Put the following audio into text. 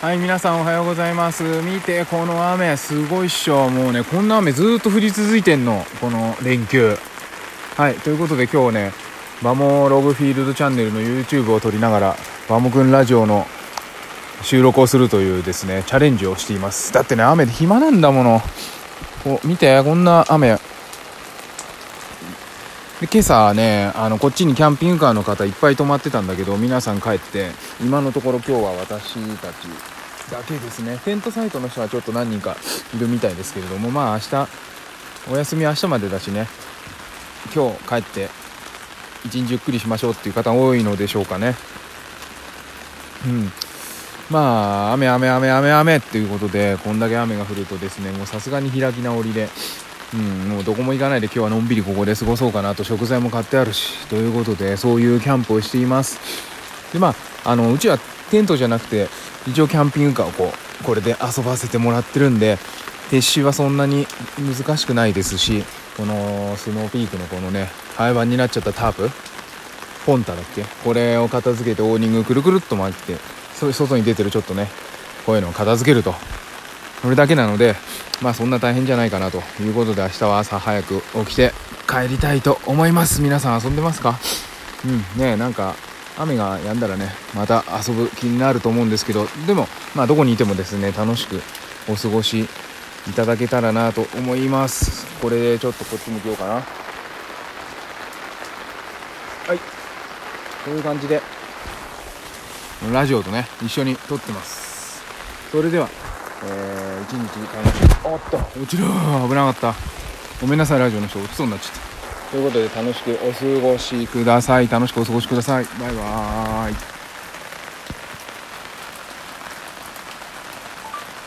はい、皆さんおはようございます。見て、この雨すごいっしょ。もうね、こんな雨ずっと降り続いてんの、この連休。はい、ということで今日ね、バモログフィールドチャンネルの YouTube を撮りながらバモくんラジオの収録をするというですね、チャレンジをしています。だってね、雨で暇なんだもの。見て、こんな雨で、今朝ね、こっちにキャンピングカーの方いっぱい泊まってたんだけど、皆さん帰って今のところ今日は私たちだけですね。テントサイトの人はちょっと何人かいるみたいですけれども、まあ明日お休み、明日までだしね、今日帰って一日ゆっくりしましょうっていう方多いのでしょうかね。まあ雨っていうことで、こんだけ雨が降るとですね、もうさすがに開き直りで、もうどこも行かないで今日はのんびりここで過ごそうかなと。食材も買ってあるしということで、そういうキャンプをしています。で、うちはテントじゃなくて一応キャンピングカーをこれで遊ばせてもらってるんで、撤収はそんなに難しくないですし、このスノーピークのこのね、廃盤になっちゃったタープポンタだっけ、これを片付けてオーニングくるくるっと回って、それ外に出てるちょっとね、こういうのを片付けると、それだけなので、そんな大変じゃないかなということで、明日は朝早く起きて帰りたいと思います。皆さん遊んでますか？なんか雨が止んだらね、また遊ぶ気になると思うんですけど、でもどこにいてもですね、楽しくお過ごしいただけたらなと思います。これでちょっとこっち向けようかな。はい、こういう感じでラジオとね一緒に撮ってます。それでは一日楽しい。落ちる、危なかった。ごめんなさい、ラジオの人落ちそうになっちゃった。ということで、楽しくお過ごしください。楽しくお過ごしください。バイバーイ。